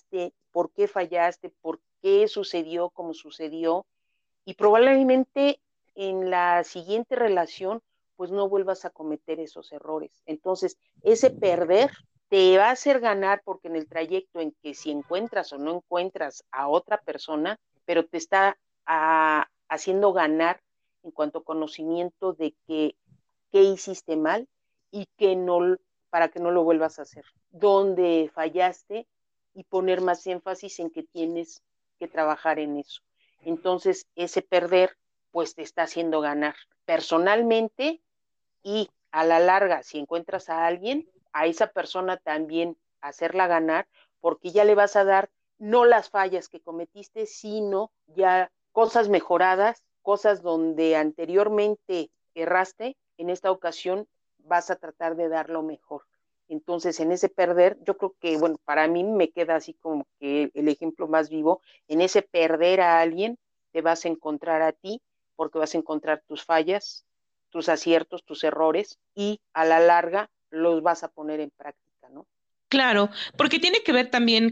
fallaste, por qué sucedió como sucedió, y probablemente en la siguiente relación pues no vuelvas a cometer esos errores. Entonces, ese perder te va a hacer ganar porque en el trayecto en que si encuentras o no encuentras a otra persona, pero te está haciendo ganar en cuanto a conocimiento de qué hiciste mal y que no, para que no lo vuelvas a hacer. Dónde fallaste y poner más énfasis en que tienes que trabajar en eso. Entonces, ese perder, pues te está haciendo ganar personalmente y a la larga, si encuentras a alguien, a esa persona también hacerla ganar, porque ya le vas a dar no las fallas que cometiste, sino ya cosas mejoradas, cosas donde anteriormente erraste, en esta ocasión vas a tratar de dar lo mejor. Entonces, en ese perder, yo creo que, bueno, para mí me queda así como que el ejemplo más vivo, en ese perder a alguien, te vas a encontrar a ti, porque vas a encontrar tus fallas, tus aciertos, tus errores, y a la larga los vas a poner en práctica, ¿no? Claro, porque tiene que ver también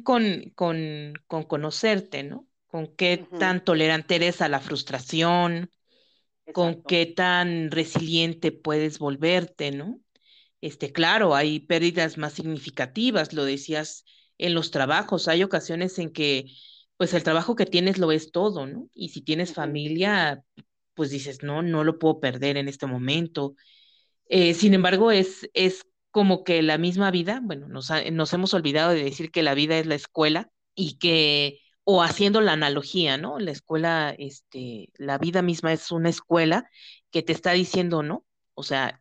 con conocerte, ¿no? Con qué Ujú, tan tolerante eres a la frustración, con exacto. qué tan resiliente puedes volverte, ¿no? Claro, hay pérdidas más significativas, lo decías en los trabajos, hay ocasiones en que, pues el trabajo que tienes lo es todo, ¿no? Y si tienes Ujú, familia, pues dices, no, no lo puedo perder en este momento. Sin embargo, es como que la misma vida, bueno, nos hemos olvidado de decir que la vida es la escuela y que, o haciendo la analogía, ¿no? La escuela, la vida misma es una escuela que te está diciendo, ¿no? O sea,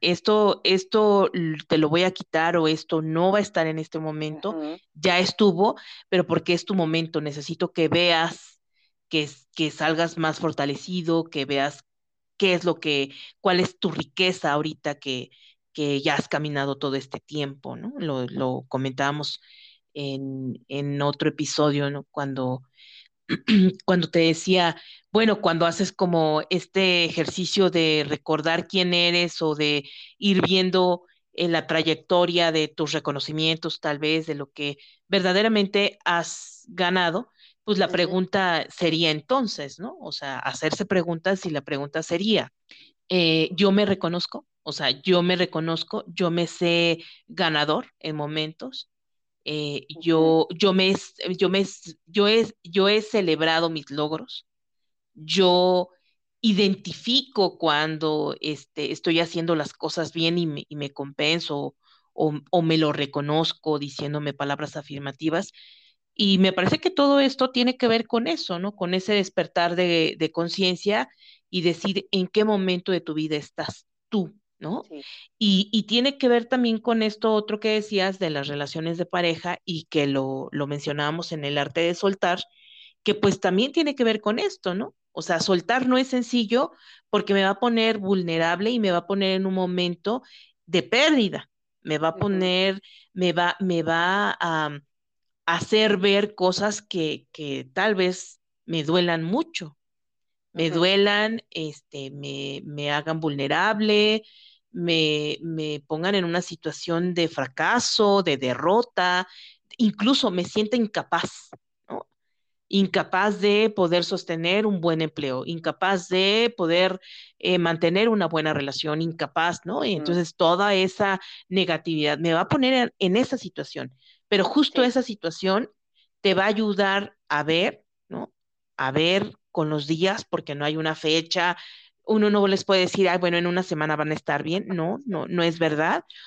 te lo voy a quitar o esto no va a estar en este momento, ujú, ya estuvo, pero porque es tu momento, necesito que veas, que salgas más fortalecido, que veas qué es cuál es tu riqueza ahorita que ya has caminado todo este tiempo, ¿no? Lo comentábamos en otro episodio, ¿no? Cuando te decía, bueno, cuando haces como este ejercicio de recordar quién eres o de ir viendo en la trayectoria de tus reconocimientos, tal vez de lo que verdaderamente has ganado, pues la ujú, pregunta sería entonces, ¿no? O sea, hacerse preguntas y la pregunta sería, yo me reconozco, o sea, yo me sé ganador en momentos, ujú, yo he celebrado mis logros, yo identifico cuando estoy haciendo las cosas bien y me compenso o me lo reconozco diciéndome palabras afirmativas. Y me parece que todo esto tiene que ver con eso, ¿no? Con ese despertar de conciencia y decir en qué momento de tu vida estás tú, ¿no? sí. Y tiene que ver también con esto otro que decías de las relaciones de pareja y que lo mencionábamos en el arte de soltar, que pues también tiene que ver con esto, ¿no? O sea, soltar no es sencillo porque me va a poner vulnerable y me va a poner en un momento de pérdida. Me va a Ujú, poner, me va a hacer ver cosas que tal vez me duelan mucho, me ujú, duelan, me hagan vulnerable, me pongan en una situación de fracaso, de derrota, incluso me sienta incapaz, ¿no? Incapaz de poder sostener un buen empleo, incapaz de poder mantener una buena relación, incapaz, ¿no? Y ujú, entonces toda esa negatividad me va a poner en esa situación, pero justo sí. esa situación te va a ayudar a ver, ¿no? A ver con los días, porque no hay una fecha, uno no les puede decir, ay, bueno, en una semana van a estar bien, no, no, no es verdad,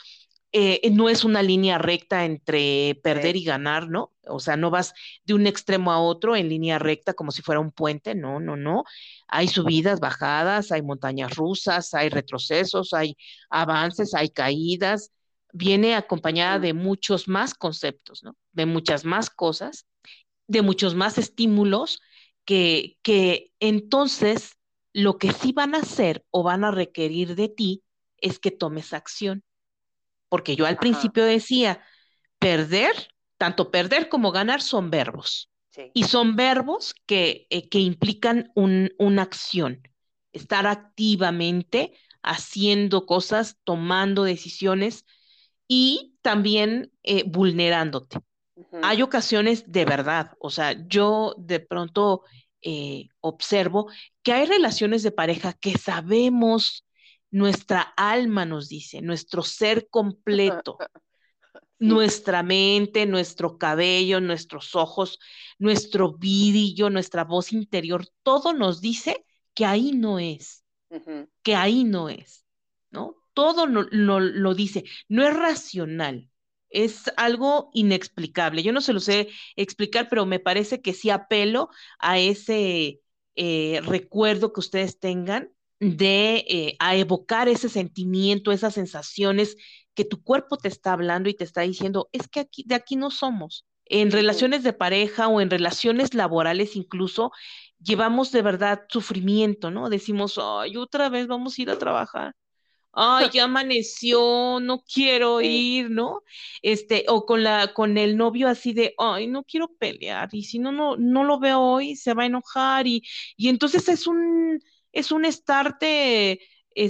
no es una línea recta entre perder Sí. y ganar, ¿no? O sea, no vas de un extremo a otro en línea recta como si fuera un puente, no, no, no. Hay subidas, bajadas, hay montañas rusas, hay retrocesos, hay avances, hay caídas. Viene acompañada Ujú. de muchos más conceptos, ¿no? De muchas más cosas, de muchos más estímulos que entonces lo que sí van a hacer o van a requerir de ti es que tomes acción. Porque yo al Ajá, principio decía, perder, tanto perder como ganar son verbos. sí. Y son verbos que implican una acción, estar activamente haciendo cosas, tomando decisiones y también vulnerándote. Ujú, Hay ocasiones de verdad, o sea, yo de pronto observo que hay relaciones de pareja que sabemos, nuestra alma nos dice, nuestro ser completo, sí. nuestra mente, nuestro cabello, nuestros ojos, nuestro vidillo, nuestra voz interior, todo nos dice que ahí no es, Ujú, que ahí no es, ¿no? Todo lo dice, no es racional, es algo inexplicable. Yo no se lo sé explicar, pero me parece que sí apelo a ese recuerdo que ustedes tengan de a evocar ese sentimiento, esas sensaciones que tu cuerpo te está hablando y te está diciendo, es que aquí, de aquí no somos. En ujú. relaciones de pareja o en relaciones laborales incluso, llevamos de verdad sufrimiento, ¿no? Decimos, ay, otra vez vamos a ir a trabajar. Ay, ya amaneció, no quiero Sí. ir, ¿no? O con el novio así de, ay, no quiero pelear, y si no lo veo hoy, se va a enojar, y entonces es un estarte,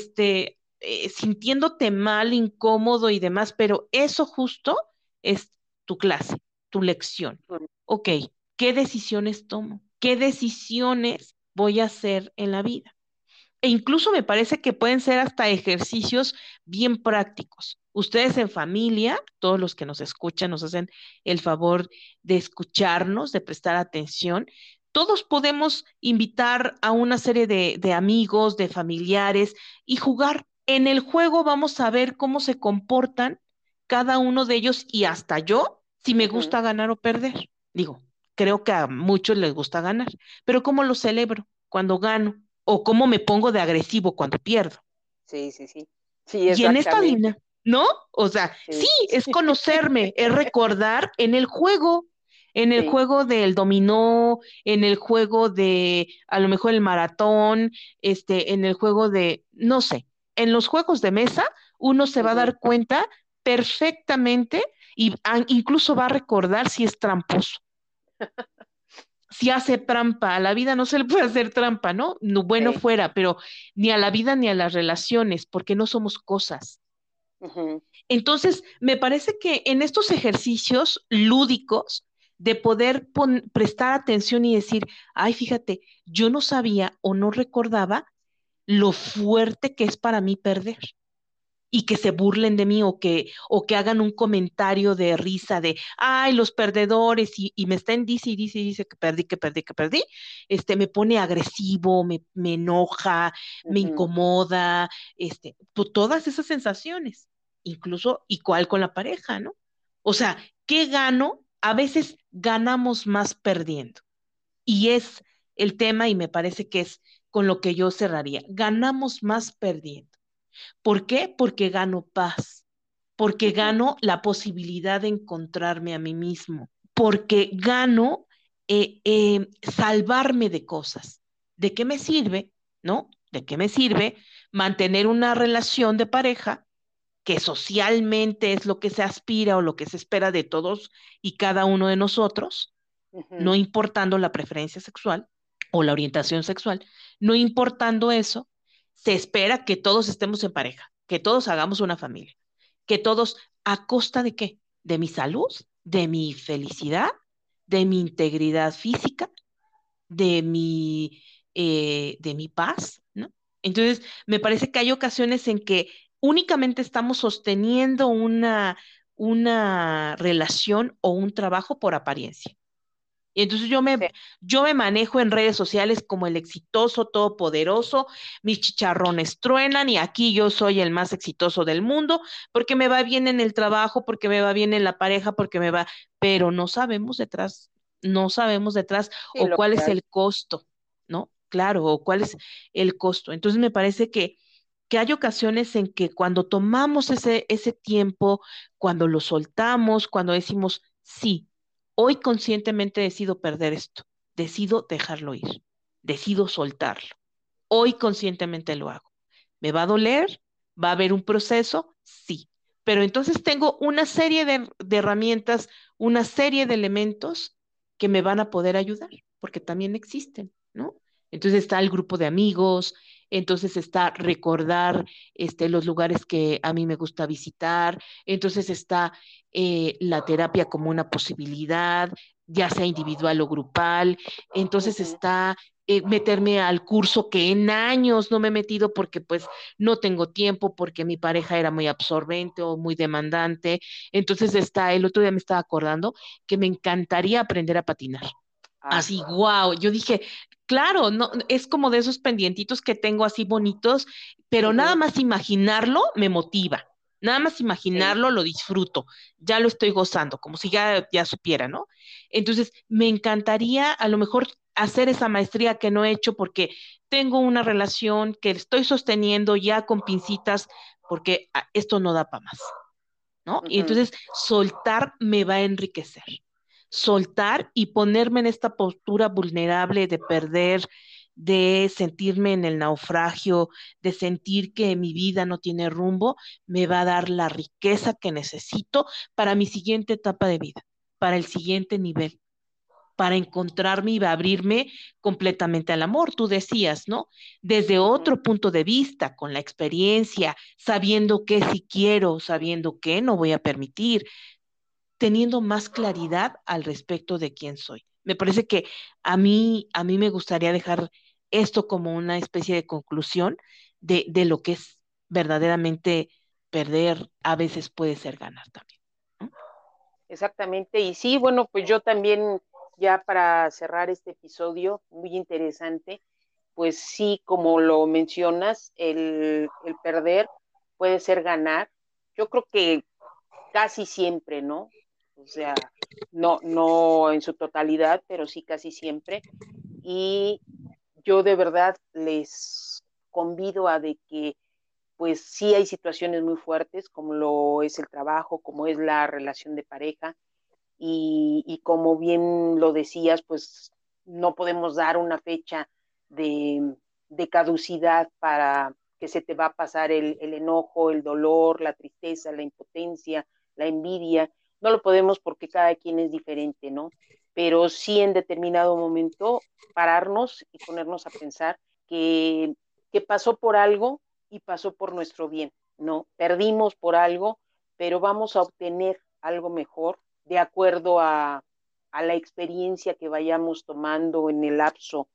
sintiéndote mal, incómodo y demás, pero eso justo es tu clase, tu lección. Ujú, Ok, ¿qué decisiones tomo? ¿Qué decisiones voy a hacer en la vida? E incluso me parece que pueden ser hasta ejercicios bien prácticos. Ustedes en familia, todos los que nos escuchan, nos hacen el favor de escucharnos, de prestar atención. Todos podemos invitar a una serie de amigos, de familiares y jugar. En el juego vamos a ver cómo se comportan cada uno de ellos y hasta yo, si me ujú. gusta ganar o perder. Digo, creo que a muchos les gusta ganar, pero ¿cómo lo celebro cuando gano? O cómo me pongo de agresivo cuando pierdo. Sí, sí, sí. Sí, Y en esta exactamente. dinámica, ¿no? O sea, sí, Sí, es conocerme, es recordar en el sí. juego del dominó, en el juego de a lo mejor el maratón, en el juego de, no sé, en los juegos de mesa, uno se va a Ujú. dar cuenta perfectamente y incluso va a recordar si es tramposo, si hace trampa, a la vida no se le puede hacer trampa, ¿no? No, bueno Sí. fuera, pero ni a la vida ni a las relaciones, porque no somos cosas. Ujú, Entonces, me parece que en estos ejercicios lúdicos de poder prestar atención y decir, ay, fíjate, yo no sabía o no recordaba lo fuerte que es para mí perder y que se burlen de mí o que hagan un comentario de risa de, ay, los perdedores, y me estén dice y dice y dice que perdí, que perdí, que perdí, me pone agresivo, me enoja, me ujú. incomoda, todas esas sensaciones, incluso igual con la pareja, ¿no? O sea, ¿qué gano? A veces ganamos más perdiendo. Y es el tema y me parece que es con lo que yo cerraría. Ganamos más perdiendo. ¿Por qué? Porque gano paz, porque Ujú, gano la posibilidad de encontrarme a mí mismo, porque gano salvarme de cosas. ¿De qué me sirve? ¿No? ¿De qué me sirve mantener una relación de pareja que socialmente es lo que se aspira o lo que se espera de todos y cada uno de nosotros, no ujú. importando la preferencia sexual o la orientación sexual, no importando eso, se espera que todos estemos en pareja, que todos hagamos una familia, que todos, ¿a costa de qué? De mi salud, de mi felicidad, de mi integridad física, de mi paz, ¿no? Entonces, me parece que hay ocasiones en que únicamente estamos sosteniendo una relación o un trabajo por apariencia Y entonces Sí, yo me manejo en redes sociales como el exitoso, todopoderoso, mis chicharrones truenan y aquí yo soy el más exitoso del mundo porque me va bien en el trabajo, porque me va bien en la pareja, porque me va, pero no sabemos detrás sí, o lo cuál que es hay. el costo, ¿no? Claro, o cuál es el costo. Entonces me parece que hay ocasiones en que cuando tomamos ese tiempo, cuando lo soltamos, cuando decimos, sí, hoy conscientemente decido perder esto, decido dejarlo ir, decido soltarlo. Hoy conscientemente lo hago. ¿Me va a doler? ¿Va a haber un proceso? Sí. Pero entonces tengo una serie de herramientas, una serie de elementos que me van a poder ayudar, porque también existen, ¿no? Entonces está el grupo de amigos, entonces está recordar los lugares que a mí me gusta visitar, entonces está la terapia como una posibilidad, ya sea individual o grupal, entonces Ujú. está meterme al curso que en años no me he metido porque pues no tengo tiempo, porque mi pareja era muy absorbente o muy demandante. Entonces está, el otro día me estaba acordando que me encantaría aprender a patinar. Ah, Así, wow, yo dije, claro, no, es como de esos pendientitos que tengo así bonitos, pero nada ujú, más imaginarlo me motiva, nada más sí, imaginarlo lo disfruto, ya lo estoy gozando, como si ya supiera, ¿no? Entonces, me encantaría a lo mejor hacer esa maestría que no he hecho porque tengo una relación que estoy sosteniendo ya con pincitas porque esto no da para más. ¿No? Y ujú, entonces soltar me va a enriquecer. Soltar y ponerme en esta postura vulnerable de perder, de sentirme en el naufragio, de sentir que mi vida no tiene rumbo, me va a dar la riqueza que necesito para mi siguiente etapa de vida, para el siguiente nivel, para encontrarme y abrirme completamente al amor, tú decías, ¿no? Desde ujú. otro punto de vista, con la experiencia, sabiendo qué sí quiero, sabiendo qué no voy a permitir, teniendo más claridad al respecto de quién soy. Me parece que a mí me gustaría dejar esto como una especie de conclusión de lo que es verdaderamente perder, a veces puede ser ganar también, ¿no? Exactamente. Y sí, bueno, pues yo también, ya para cerrar este episodio, muy interesante, pues sí, como lo mencionas, el perder puede ser ganar. Yo creo que casi siempre, ¿no? O sea, no en su totalidad, pero sí casi siempre. Y yo de verdad les convido a de que pues sí hay situaciones muy fuertes, como lo es el trabajo, como es la relación de pareja, y como bien lo decías, pues no podemos dar una fecha de, de caducidad para que se te va a pasar el enojo, el dolor, la tristeza, la impotencia, la envidia. No lo podemos porque cada quien es diferente, ¿no? Pero sí en determinado momento pararnos y ponernos a pensar que, que pasó por algo y pasó por nuestro bien, ¿no? Perdimos por algo, pero vamos a obtener algo mejor de acuerdo a la experiencia que vayamos tomando en el lapso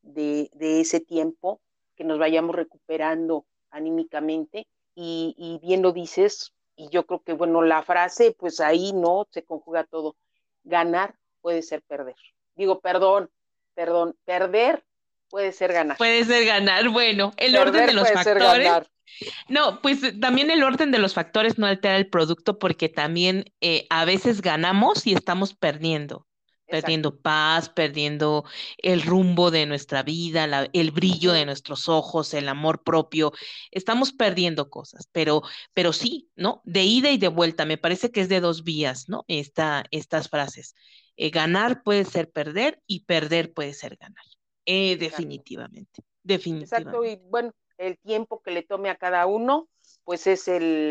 de ese tiempo, que nos vayamos recuperando anímicamente. Y bien lo dices, y yo creo que, bueno, la frase, pues ahí no se conjuga todo. Ganar puede ser perder. Digo, perdón, perder puede ser ganar. Puede ser ganar, bueno, el orden de Perder los puede ser factores. ganar. No, pues también el orden de los factores no altera el producto porque también a veces ganamos y estamos perdiendo, Exacto. perdiendo paz, perdiendo el rumbo de nuestra vida, el brillo de Ujú. nuestros ojos, el amor propio. Estamos perdiendo cosas, pero sí, ¿no? De ida y de vuelta. Me parece que es de dos vías, ¿no? Estas frases. Ganar puede ser perder y perder puede ser ganar. Exacto. Definitivamente, Exacto, y definitivamente. bueno, el tiempo que le tome a cada uno, pues es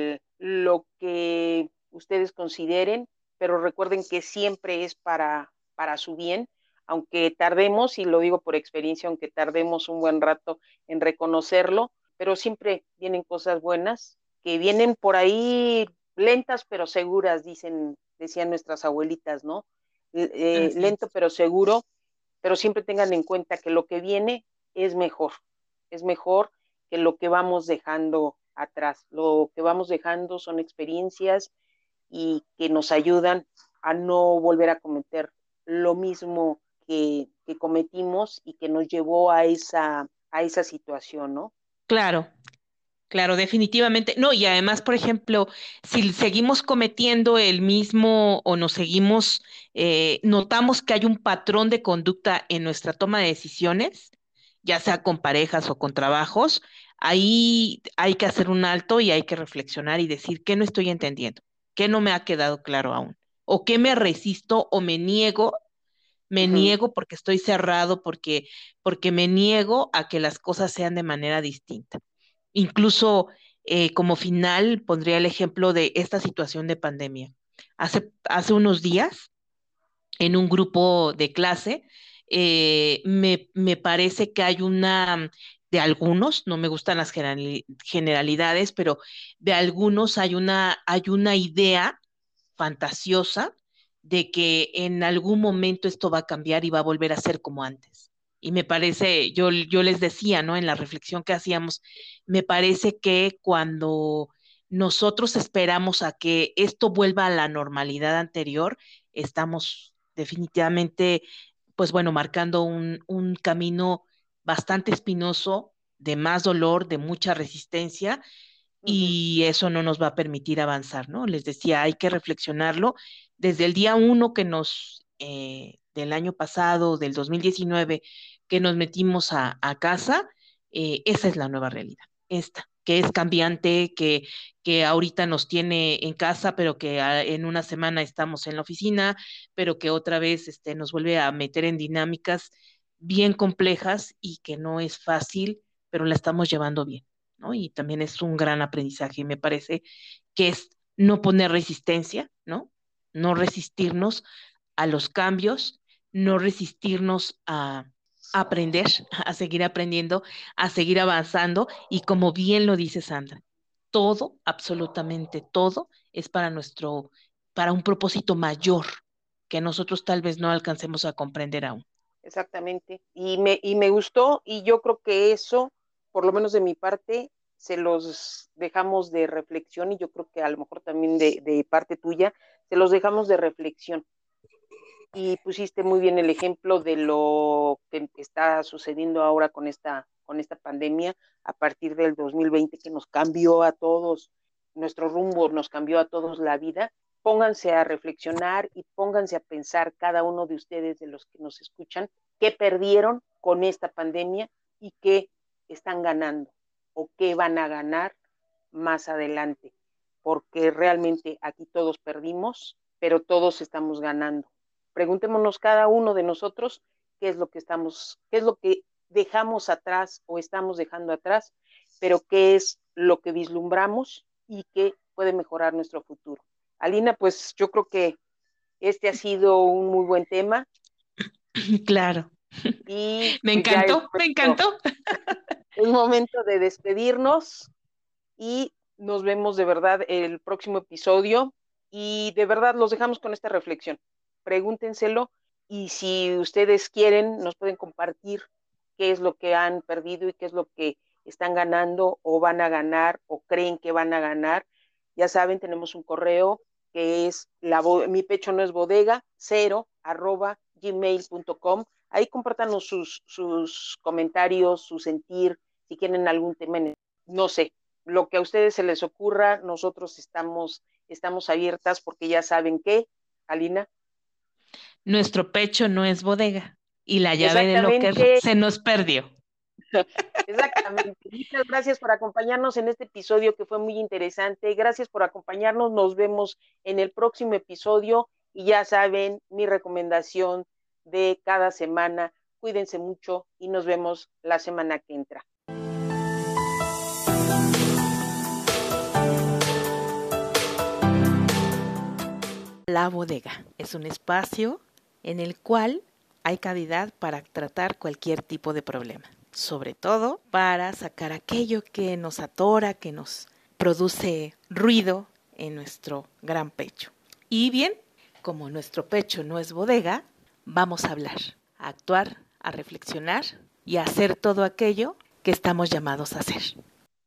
lo que ustedes consideren, pero recuerden que siempre es para su bien, aunque tardemos, y lo digo por experiencia, aunque tardemos un buen rato en reconocerlo, pero siempre vienen cosas buenas, que vienen por ahí lentas pero seguras, decían nuestras abuelitas, ¿no? Así Lento es. pero seguro, pero siempre tengan en cuenta que lo que viene es mejor, es mejor que lo que vamos dejando atrás. Lo que vamos dejando son experiencias y que nos ayudan a no volver a cometer lo mismo que cometimos y que nos llevó a esa situación, ¿no? Claro. Claro, definitivamente. No, y además, por ejemplo, si seguimos cometiendo el mismo o nos seguimos, notamos que hay un patrón de conducta en nuestra toma de decisiones, ya sea con parejas o con trabajos, ahí hay que hacer un alto y hay que reflexionar y decir qué no estoy entendiendo, qué no me ha quedado claro aún, o qué me resisto o me Ujú, niego porque estoy cerrado, porque me niego a que las cosas sean de manera distinta. Incluso como final pondría el ejemplo de esta situación de pandemia. Hace unos días, en un grupo de clase, me parece que hay de algunos, no me gustan las generalidades, pero de algunos hay una idea fantasiosa de que en algún momento esto va a cambiar y va a volver a ser como antes. Y me parece, yo les decía, ¿no? En la reflexión que hacíamos, me parece que cuando nosotros esperamos a que esto vuelva a la normalidad anterior, estamos definitivamente, pues bueno, marcando un camino bastante espinoso, de más dolor, de mucha resistencia, ujú, y eso no nos va a permitir avanzar, ¿no? Les decía, hay que reflexionarlo desde el día uno del año pasado, del 2019, que nos metimos a casa, esa es la nueva realidad, esta, que es cambiante, que ahorita nos tiene en casa, pero que en una semana estamos en la oficina, pero que otra vez nos vuelve a meter en dinámicas bien complejas y que no es fácil, pero la estamos llevando bien, ¿no? Y también es un gran aprendizaje, y me parece que es no poner resistencia, ¿no? No resistirnos a los cambios, no resistirnos a aprender, a seguir aprendiendo, a seguir avanzando, y como bien lo dice Sandra, todo, absolutamente todo, es para un propósito mayor que nosotros tal vez no alcancemos a comprender aún. exactamente. Y me gustó y yo creo que eso, por lo menos de mi parte, se los dejamos de reflexión y yo creo que a lo mejor también de parte tuya, se los dejamos de reflexión. Y pusiste muy bien el ejemplo de lo que está sucediendo ahora con esta pandemia a partir del 2020 que nos cambió a todos nuestro rumbo, nos cambió a todos la vida. Pónganse a reflexionar y pónganse a pensar cada uno de ustedes, de los que nos escuchan, qué perdieron con esta pandemia y qué están ganando o qué van a ganar más adelante, porque realmente aquí todos perdimos, pero todos estamos ganando. Preguntémonos cada uno de nosotros qué es lo que dejamos atrás o estamos dejando atrás, pero qué es lo que vislumbramos y qué puede mejorar nuestro futuro. Alina, pues yo creo que este ha sido un muy buen tema Claro, y me pues ya encantó, me encantó. es momento de despedirnos y nos vemos de verdad el próximo episodio y de verdad los dejamos con esta reflexión. Pregúntenselo y si ustedes quieren nos pueden compartir qué es lo que han perdido y qué es lo que están ganando o van a ganar o creen que van a ganar. Ya saben, tenemos un correo que es mi pecho no es bodega, 0@gmail.com. Ahí compártanos sus comentarios, su sentir, si quieren algún tema, no sé, lo que a ustedes se les ocurra, nosotros estamos abiertas porque ya saben que, Alina, Nuestro pecho no es bodega y la llave de locker exactamente, se nos perdió. exactamente. Muchas gracias por acompañarnos en este episodio que fue muy interesante. Gracias por acompañarnos. Nos vemos en el próximo episodio y ya saben mi recomendación de cada semana. Cuídense mucho y nos vemos la semana que entra. La bodega es un espacio en el cual hay cavidad para tratar cualquier tipo de problema, sobre todo para sacar aquello que nos atora, que nos produce ruido en nuestro gran pecho. Y bien, como nuestro pecho no es bodega, vamos a hablar, a actuar, a reflexionar y a hacer todo aquello que estamos llamados a hacer.